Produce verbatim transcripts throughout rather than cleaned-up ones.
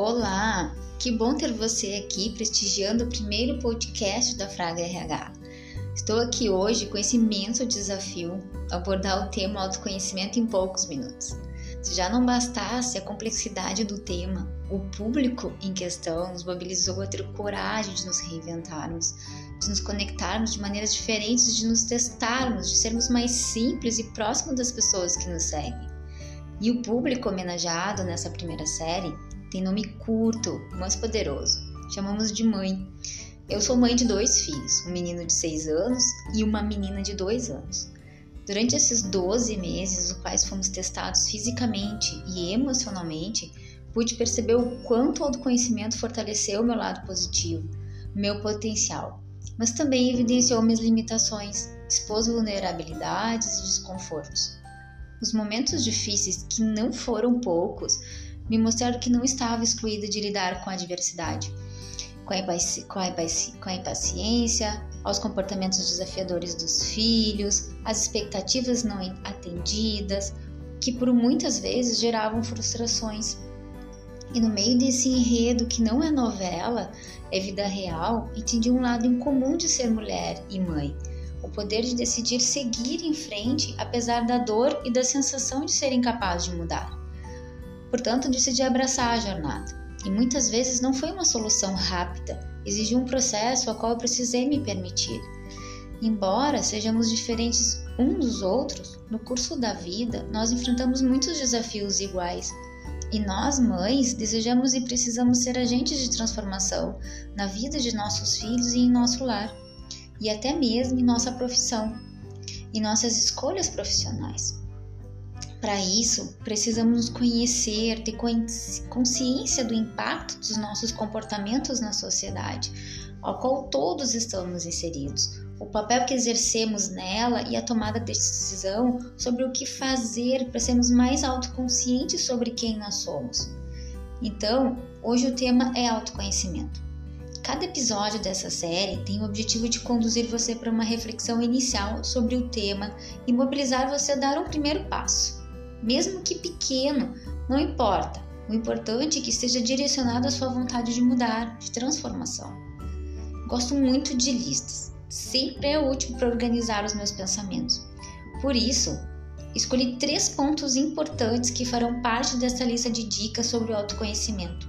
Olá, que bom ter você aqui prestigiando o primeiro podcast da Fraga R H. Estou aqui hoje com esse imenso desafio, abordar o tema autoconhecimento em poucos minutos. Se já não bastasse a complexidade do tema, o público em questão nos mobilizou a ter coragem de nos reinventarmos, de nos conectarmos de maneiras diferentes, de nos testarmos, de sermos mais simples e próximos das pessoas que nos seguem. E o público homenageado nessa primeira série tem nome curto, mas poderoso. Chamamos de mãe. Eu sou mãe de dois filhos, um menino de seis anos e uma menina de dois anos. Durante esses doze meses, os quais fomos testados fisicamente e emocionalmente, pude perceber o quanto o autoconhecimento fortaleceu o meu lado positivo, meu potencial, mas também evidenciou minhas limitações, expôs vulnerabilidades e desconfortos. Os momentos difíceis, que não foram poucos, me mostraram que não estava excluída de lidar com a adversidade, com a, impaci- com, a impaci- com a impaciência, aos comportamentos desafiadores dos filhos, às expectativas não atendidas, que por muitas vezes geravam frustrações. E no meio desse enredo que não é novela, é vida real, entendi um lado incomum de ser mulher e mãe, o poder de decidir seguir em frente apesar da dor e da sensação de ser incapaz de mudar. Portanto, decidi abraçar a jornada. E muitas vezes não foi uma solução rápida, exigiu um processo ao qual eu precisei me permitir. Embora sejamos diferentes uns dos outros, no curso da vida nós enfrentamos muitos desafios iguais. E nós, mães, desejamos e precisamos ser agentes de transformação na vida de nossos filhos e em nosso lar, e até mesmo em nossa profissão, em nossas escolhas profissionais. Para isso, precisamos nos conhecer, ter consciência do impacto dos nossos comportamentos na sociedade, ao qual todos estamos inseridos, o papel que exercemos nela e a tomada de decisão sobre o que fazer para sermos mais autoconscientes sobre quem nós somos. Então, hoje o tema é autoconhecimento. Cada episódio dessa série tem o objetivo de conduzir você para uma reflexão inicial sobre o tema e mobilizar você a dar um primeiro passo. Mesmo que pequeno, não importa. O importante é que esteja direcionado à sua vontade de mudar, de transformação. Gosto muito de listas. Sempre é útil para organizar os meus pensamentos. Por isso, escolhi três pontos importantes que farão parte dessa lista de dicas sobre o autoconhecimento.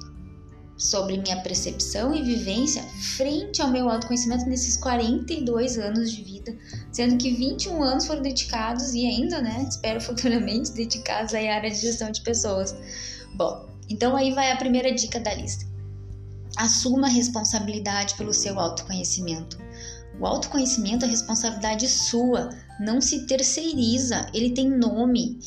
Sobre minha percepção e vivência frente ao meu autoconhecimento nesses quarenta e dois anos de vida, sendo que vinte e um anos foram dedicados e ainda, né, espero futuramente dedicados à área de gestão de pessoas. Bom, então aí vai a primeira dica da lista. Assuma a responsabilidade pelo seu autoconhecimento. O autoconhecimento é responsabilidade sua, não se terceiriza, ele tem nome.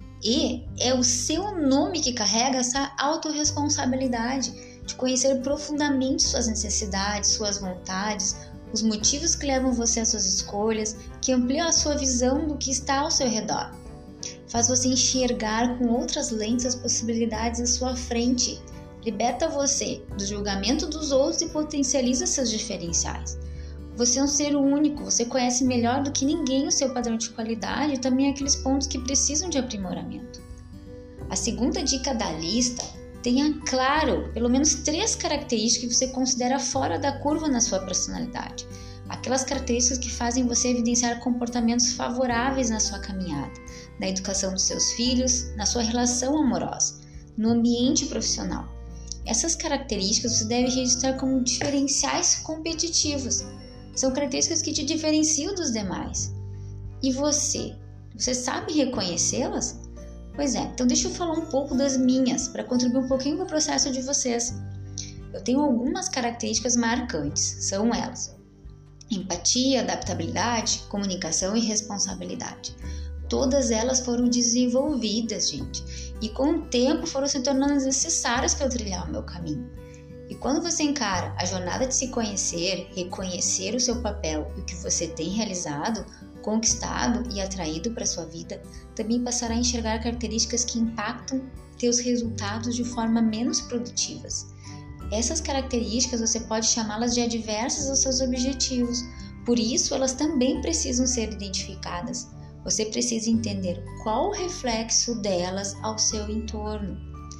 E é o seu nome que carrega essa autorresponsabilidade de conhecer profundamente suas necessidades, suas vontades, os motivos que levam você às suas escolhas, que ampliam a sua visão do que está ao seu redor. Faz você enxergar com outras lentes as possibilidades à sua frente. Liberta você do julgamento dos outros e potencializa seus diferenciais. Você é um ser único, você conhece melhor do que ninguém o seu padrão de qualidade e também aqueles pontos que precisam de aprimoramento. A segunda dica da lista: tenha claro pelo menos três características que você considera fora da curva na sua personalidade. Aquelas características que fazem você evidenciar comportamentos favoráveis na sua caminhada, na educação dos seus filhos, na sua relação amorosa, no ambiente profissional. Essas características você deve registrar como diferenciais competitivos. São características que te diferenciam dos demais. E você? Você sabe reconhecê-las? Pois é, então deixa eu falar um pouco das minhas, para contribuir um pouquinho para o processo de vocês. Eu tenho algumas características marcantes, são elas: empatia, adaptabilidade, comunicação e responsabilidade. Todas elas foram desenvolvidas, gente, e com o tempo foram se tornando necessárias para eu trilhar o meu caminho. E quando você encara a jornada de se conhecer, reconhecer o seu papel e o que você tem realizado, conquistado e atraído para sua vida, também passará a enxergar características que impactam teus resultados de forma menos produtivas. Essas características você pode chamá-las de adversas aos seus objetivos, por isso elas também precisam ser identificadas. Você precisa entender qual o reflexo delas ao seu entorno.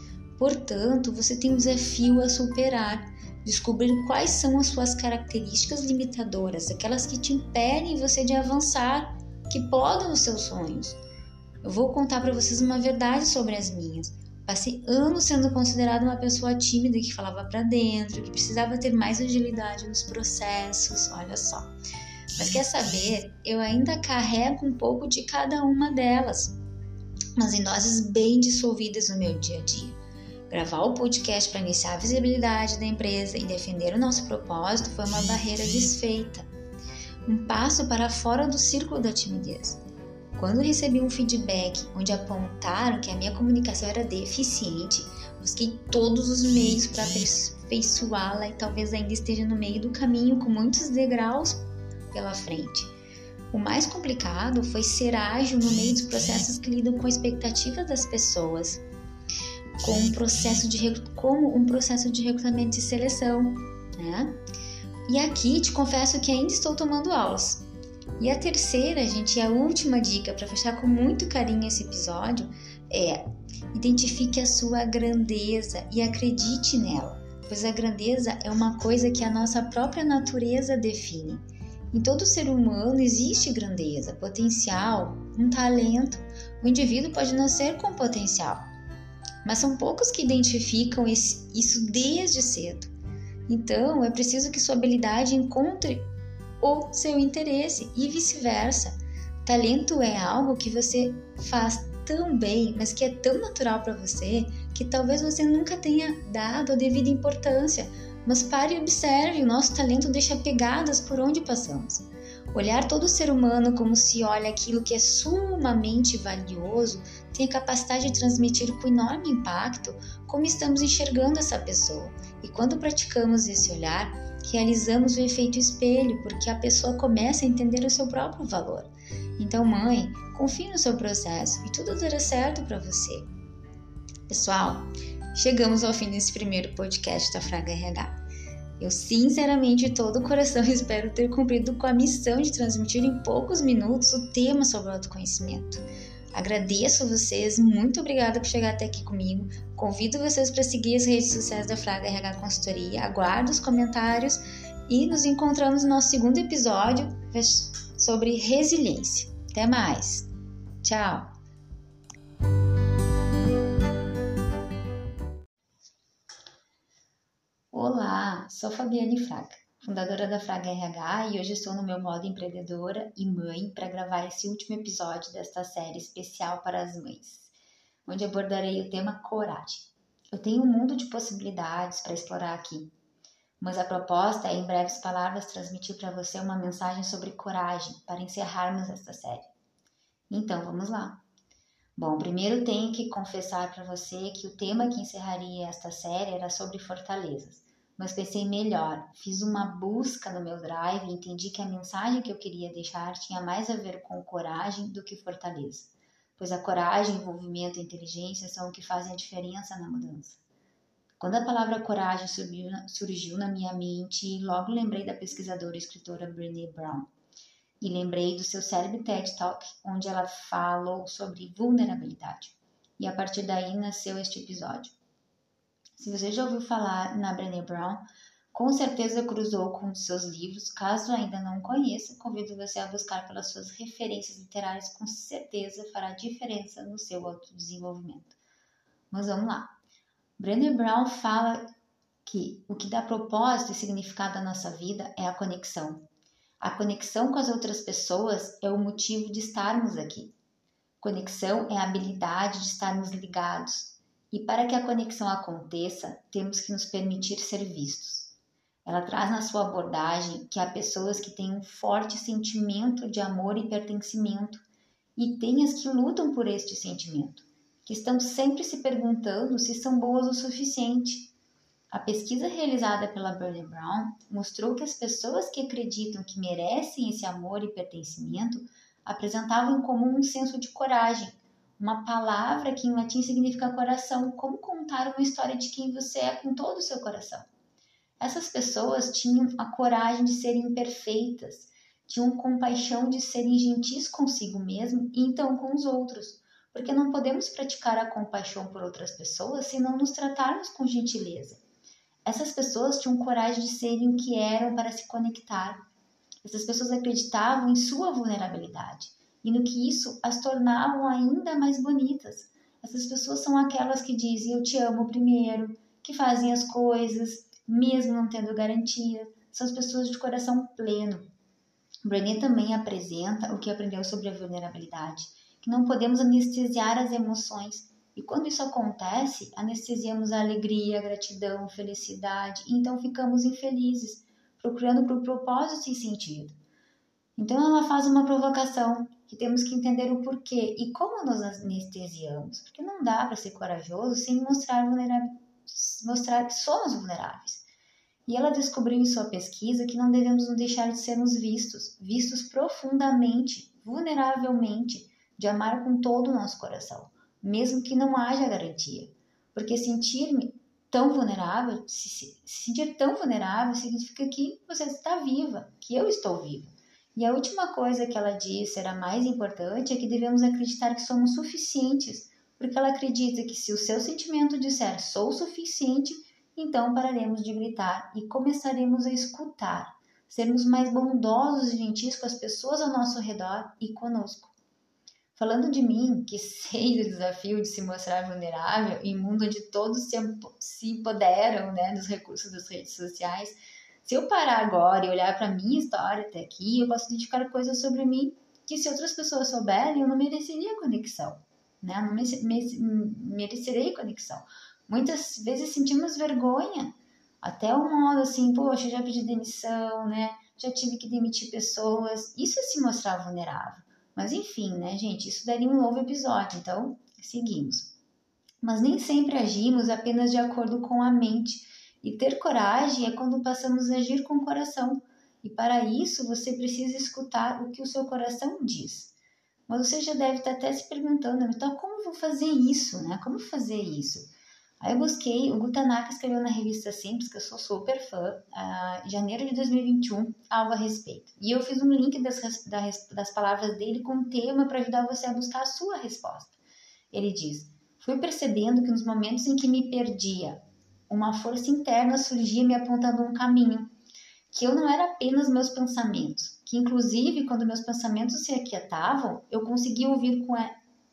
Portanto, você tem um desafio a superar, descobrir quais são as suas características limitadoras, aquelas que te impedem você de avançar, que podam os seus sonhos. Eu vou contar para vocês uma verdade sobre as minhas. Passei anos sendo considerada uma pessoa tímida que falava para dentro, que precisava ter mais agilidade nos processos, olha só. Mas quer saber? Eu ainda carrego um pouco de cada uma delas, mas em doses bem dissolvidas no meu dia a dia. Gravar o podcast para iniciar a visibilidade da empresa e defender o nosso propósito foi uma barreira desfeita. Um passo para fora do círculo da timidez. Quando recebi um feedback onde apontaram que a minha comunicação era deficiente, busquei todos os meios para aperfeiçoá-la e talvez ainda esteja no meio do caminho com muitos degraus pela frente. O mais complicado foi ser ágil no meio dos processos que lidam com a expectativa das pessoas, com um processo de, como um processo de recrutamento e seleção, né? E aqui te confesso que ainda estou tomando aulas. E a terceira, gente, e a última dica para fechar com muito carinho esse episódio é: identifique a sua grandeza e acredite nela, pois a grandeza é uma coisa que a nossa própria natureza define. Em todo ser humano existe grandeza, potencial, um talento. O indivíduo pode nascer com potencial, mas são poucos que identificam esse, isso desde cedo. Então, é preciso que sua habilidade encontre o seu interesse e vice-versa. Talento é algo que você faz tão bem, mas que é tão natural para você, que talvez você nunca tenha dado a devida importância. Mas pare e observe, o nosso talento deixa pegadas por onde passamos. Olhar todo ser humano como se olha aquilo que é sumamente valioso tem a capacidade de transmitir com enorme impacto como estamos enxergando essa pessoa. E quando praticamos esse olhar, realizamos o efeito espelho, porque a pessoa começa a entender o seu próprio valor. Então, mãe, confie no seu processo e tudo dará certo para você. Pessoal, chegamos ao fim desse primeiro podcast da Fraga R H. Eu sinceramente, de todo o coração, espero ter cumprido com a missão de transmitir em poucos minutos o tema sobre o autoconhecimento. Agradeço a vocês, muito obrigada por chegar até aqui comigo. Convido vocês para seguir as redes sociais da Fraga R H Consultoria, aguardo os comentários e nos encontramos no nosso segundo episódio sobre resiliência. Até mais! Tchau! Olá, sou Fabiane Fraga, fundadora da Fraga R H, e hoje estou no meu modo empreendedora e mãe para gravar esse último episódio desta série especial para as mães, onde abordarei o tema coragem. Eu tenho um mundo de possibilidades para explorar aqui, mas a proposta é, em breves palavras, transmitir para você uma mensagem sobre coragem para encerrarmos esta série. Então, vamos lá. Bom, primeiro tenho que confessar para você que o tema que encerraria esta série era sobre fortalezas. Mas pensei melhor, fiz uma busca no meu drive e entendi que a mensagem que eu queria deixar tinha mais a ver com coragem do que fortaleza, pois a coragem, envolvimento e inteligência são o que fazem a diferença na mudança. Quando a palavra coragem surgiu, surgiu na minha mente, logo lembrei da pesquisadora e escritora Brené Brown e lembrei do seu célebre TED Talk, onde ela falou sobre vulnerabilidade. E a partir daí nasceu este episódio. Se você já ouviu falar na Brené Brown, com certeza cruzou com um dos seus livros. Caso ainda não conheça, convido você a buscar pelas suas referências literárias, com certeza fará diferença no seu autodesenvolvimento. Mas vamos lá. Brené Brown fala que o que dá propósito e significado à nossa vida é a conexão. A conexão com as outras pessoas é o motivo de estarmos aqui. Conexão é a habilidade de estarmos ligados. E para que a conexão aconteça, temos que nos permitir ser vistos. Ela traz na sua abordagem que há pessoas que têm um forte sentimento de amor e pertencimento, e tem as que lutam por este sentimento, que estão sempre se perguntando se são boas o suficiente. A pesquisa realizada pela Brené Brown mostrou que as pessoas que acreditam que merecem esse amor e pertencimento apresentavam em comum um senso de coragem, uma palavra que em latim significa coração, como contar uma história de quem você é com todo o seu coração. Essas pessoas tinham a coragem de serem imperfeitas, tinham compaixão de serem gentis consigo mesmo e então com os outros, porque não podemos praticar a compaixão por outras pessoas se não nos tratarmos com gentileza. Essas pessoas tinham coragem de serem o que eram para se conectar. Essas pessoas acreditavam em sua vulnerabilidade e no que isso as tornavam ainda mais bonitas. Essas pessoas são aquelas que dizem eu te amo primeiro, que fazem as coisas, mesmo não tendo garantia. São as pessoas de coração pleno. Brené também apresenta o que aprendeu sobre a vulnerabilidade, que não podemos anestesiar as emoções. E quando isso acontece, anestesiamos a alegria, a gratidão, a felicidade, e então ficamos infelizes, procurando por propósito e sentido. Então ela faz uma provocação, que temos que entender o porquê e como nos anestesiamos, porque não dá para ser corajoso sem mostrar, mostrar que somos vulneráveis. E ela descobriu em sua pesquisa que não devemos nos deixar de sermos vistos, vistos profundamente, vulneravelmente, de amar com todo o nosso coração, mesmo que não haja garantia. Porque sentir-me tão vulnerável, se, se sentir tão vulnerável significa que você está viva, que eu estou viva. E a última coisa que ela diz, será mais importante, é que devemos acreditar que somos suficientes, porque ela acredita que se o seu sentimento disser sou suficiente, então pararemos de gritar e começaremos a escutar, sermos mais bondosos e gentis com as pessoas ao nosso redor e conosco. Falando de mim, que sei do desafio de se mostrar vulnerável em um mundo onde todos se, se empoderam, né, dos recursos das redes sociais, se eu parar agora e olhar para a minha história até aqui, eu posso identificar coisas sobre mim que se outras pessoas souberem, eu não mereceria conexão, né? Não me, me, merecerei conexão. Muitas vezes sentimos vergonha, até um modo assim, poxa, já pedi demissão, né? Já tive que demitir pessoas. Isso é se mostrar vulnerável. Mas enfim, né, gente? Isso daria um novo episódio, então seguimos. Mas nem sempre agimos apenas de acordo com a mente. E ter coragem é quando passamos a agir com o coração. E para isso você precisa escutar o que o seu coração diz. Mas você já deve estar até se perguntando, então como eu vou fazer isso, né? Como fazer isso? Aí eu busquei, o Gu Tanaka escreveu na revista Simples, que eu sou super fã, em janeiro de dois mil e vinte e um, algo a respeito. E eu fiz um link das, das, das palavras dele com um tema para ajudar você a buscar a sua resposta. Ele diz, fui percebendo que nos momentos em que me perdia, uma força interna surgia me apontando um caminho, que eu não era apenas meus pensamentos, que inclusive quando meus pensamentos se aquietavam, eu conseguia ouvir com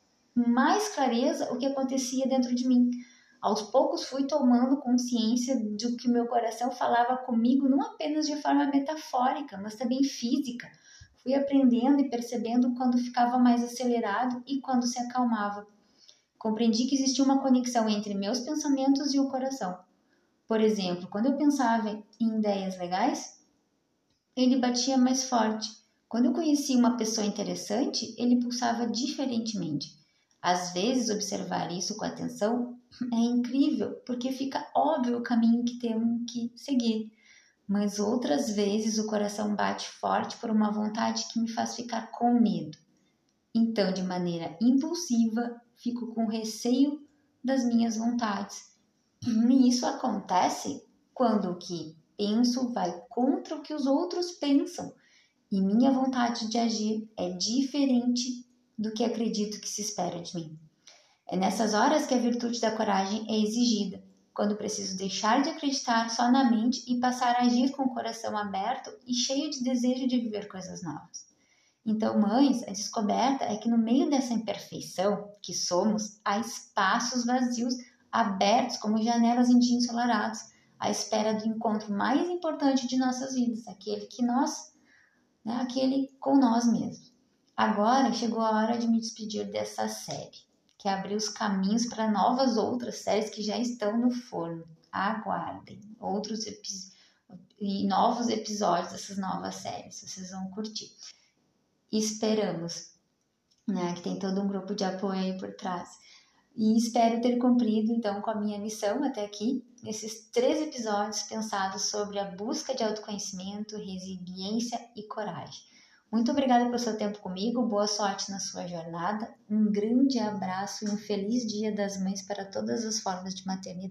mais clareza o que acontecia dentro de mim. Aos poucos fui tomando consciência de que meu coração falava comigo não apenas de forma metafórica, mas também física. Fui aprendendo e percebendo quando ficava mais acelerado e quando se acalmava. Compreendi que existia uma conexão entre meus pensamentos e o coração. Por exemplo, quando eu pensava em ideias legais, ele batia mais forte. Quando eu conhecia uma pessoa interessante, ele pulsava diferentemente. Às vezes, observar isso com atenção é incrível, porque fica óbvio o caminho que temos que seguir. Mas outras vezes o coração bate forte por uma vontade que me faz ficar com medo. Então, de maneira impulsiva, fico com receio das minhas vontades. E isso acontece quando o que penso vai contra o que os outros pensam. E minha vontade de agir é diferente do que acredito que se espera de mim. É nessas horas que a virtude da coragem é exigida, quando preciso deixar de acreditar só na mente e passar a agir com o coração aberto e cheio de desejo de viver coisas novas. Então, mães, a descoberta é que no meio dessa imperfeição que somos, há espaços vazios abertos como janelas em dia ensolarados, à espera do encontro mais importante de nossas vidas, aquele que nós, né, aquele com nós mesmos. Agora chegou a hora de me despedir dessa série, que abriu os caminhos para novas outras séries que já estão no forno. Aguardem outros epi- e novos episódios dessas novas séries, vocês vão curtir. E esperamos, né, que tem todo um grupo de apoio aí por trás. E espero ter cumprido, então, com a minha missão até aqui, nesses três episódios pensados sobre a busca de autoconhecimento, resiliência e coragem. Muito obrigada pelo seu tempo comigo, boa sorte na sua jornada, um grande abraço e um feliz Dia das Mães para todas as formas de maternidade.